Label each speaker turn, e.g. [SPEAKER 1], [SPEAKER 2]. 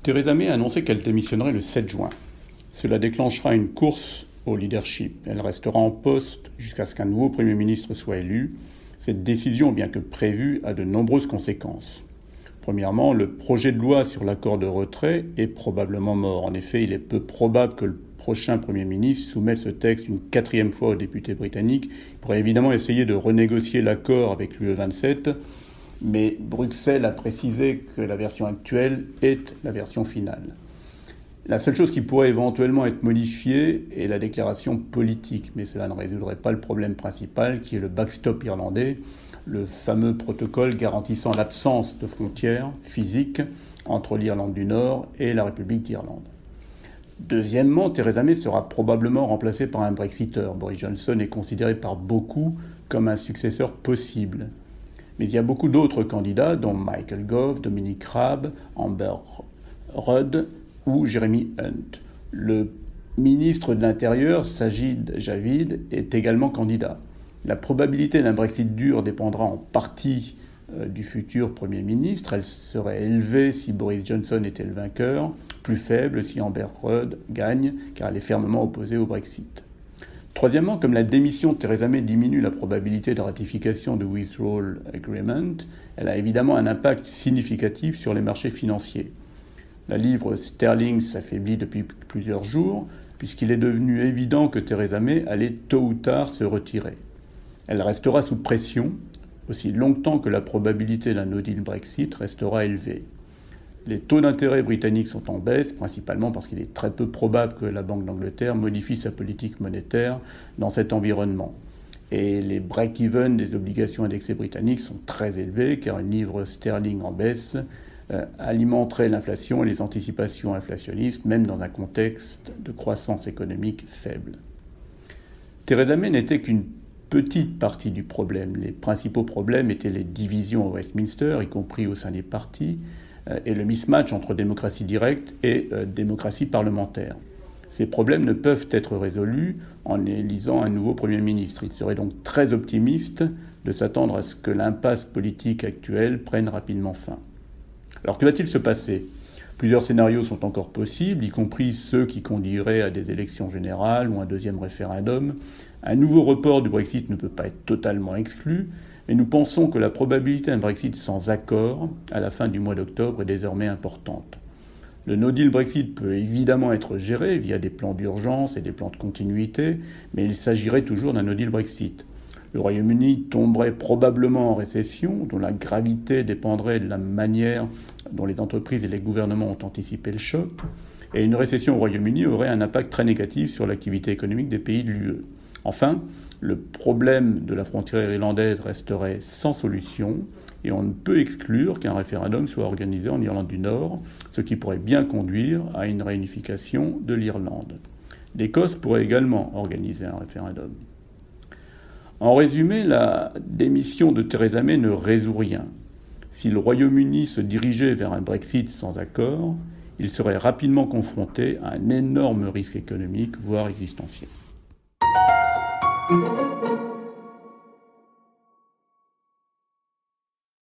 [SPEAKER 1] Theresa May a annoncé qu'elle démissionnerait le 7 juin. Cela déclenchera une course au leadership. Elle restera en poste jusqu'à ce qu'un nouveau Premier ministre soit élu. Cette décision, bien que prévue, a de nombreuses conséquences. Premièrement, le projet de loi sur l'accord de retrait est probablement mort. En effet, il est peu probable que le prochain Premier ministre soumette ce texte une 4e fois aux députés britanniques. Il pourrait évidemment essayer de renégocier l'accord avec l'UE27, mais Bruxelles a précisé que la version actuelle est la version finale. La seule chose qui pourrait éventuellement être modifiée est la déclaration politique, mais cela ne résoudrait pas le problème principal qui est le backstop irlandais, le fameux protocole garantissant l'absence de frontières physiques entre l'Irlande du Nord et la République d'Irlande. Deuxièmement, Theresa May sera probablement remplacée par un Brexiteur. Boris Johnson est considéré par beaucoup comme un successeur possible. Mais il y a beaucoup d'autres candidats, dont Michael Gove, Dominic Raab, Amber Rudd ou Jeremy Hunt. Le ministre de l'Intérieur, Sajid Javid, est également candidat. La probabilité d'un Brexit dur dépendra en partie du futur Premier ministre. Elle serait élevée si Boris Johnson était le vainqueur, plus faible si Amber Rudd gagne, car elle est fermement opposée au Brexit. Troisièmement, comme la démission de Theresa May diminue la probabilité de ratification du Withdrawal Agreement, elle a évidemment un impact significatif sur les marchés financiers. La livre sterling s'affaiblit depuis plusieurs jours, puisqu'il est devenu évident que Theresa May allait tôt ou tard se retirer. Elle restera sous pression aussi longtemps que la probabilité d'un no deal Brexit restera élevée. Les taux d'intérêt britanniques sont en baisse, principalement parce qu'il est très peu probable que la Banque d'Angleterre modifie sa politique monétaire dans cet environnement. Et les break-even des obligations indexées britanniques sont très élevés, car une livre sterling en baisse alimenterait l'inflation et les anticipations inflationnistes, même dans un contexte de croissance économique faible. Theresa May n'était qu'une petite partie du problème. Les principaux problèmes étaient les divisions à Westminster, y compris au sein des partis, et le mismatch entre démocratie directe et démocratie parlementaire. Ces problèmes ne peuvent être résolus en élisant un nouveau Premier ministre. Il serait donc très optimiste de s'attendre à ce que l'impasse politique actuelle prenne rapidement fin. Alors que va-t-il se passer ? Plusieurs scénarios sont encore possibles, y compris ceux qui conduiraient à des élections générales ou un deuxième référendum. Un nouveau report du Brexit ne peut pas être totalement exclu, mais nous pensons que la probabilité d'un Brexit sans accord à la fin du mois d'octobre est désormais importante. Le no deal Brexit peut évidemment être géré via des plans d'urgence et des plans de continuité, mais il s'agirait toujours d'un no deal Brexit. Le Royaume-Uni tomberait probablement en récession, dont la gravité dépendrait de la manière dont les entreprises et les gouvernements ont anticipé le choc, et une récession au Royaume-Uni aurait un impact très négatif sur l'activité économique des pays de l'UE. Enfin, le problème de la frontière irlandaise resterait sans solution, et on ne peut exclure qu'un référendum soit organisé en Irlande du Nord, ce qui pourrait bien conduire à une réunification de l'Irlande. L'Écosse pourrait également organiser un référendum. En résumé, la démission de Theresa May ne résout rien. Si le Royaume-Uni se dirigeait vers un Brexit sans accord, il serait rapidement confronté à un énorme risque économique, voire existentiel.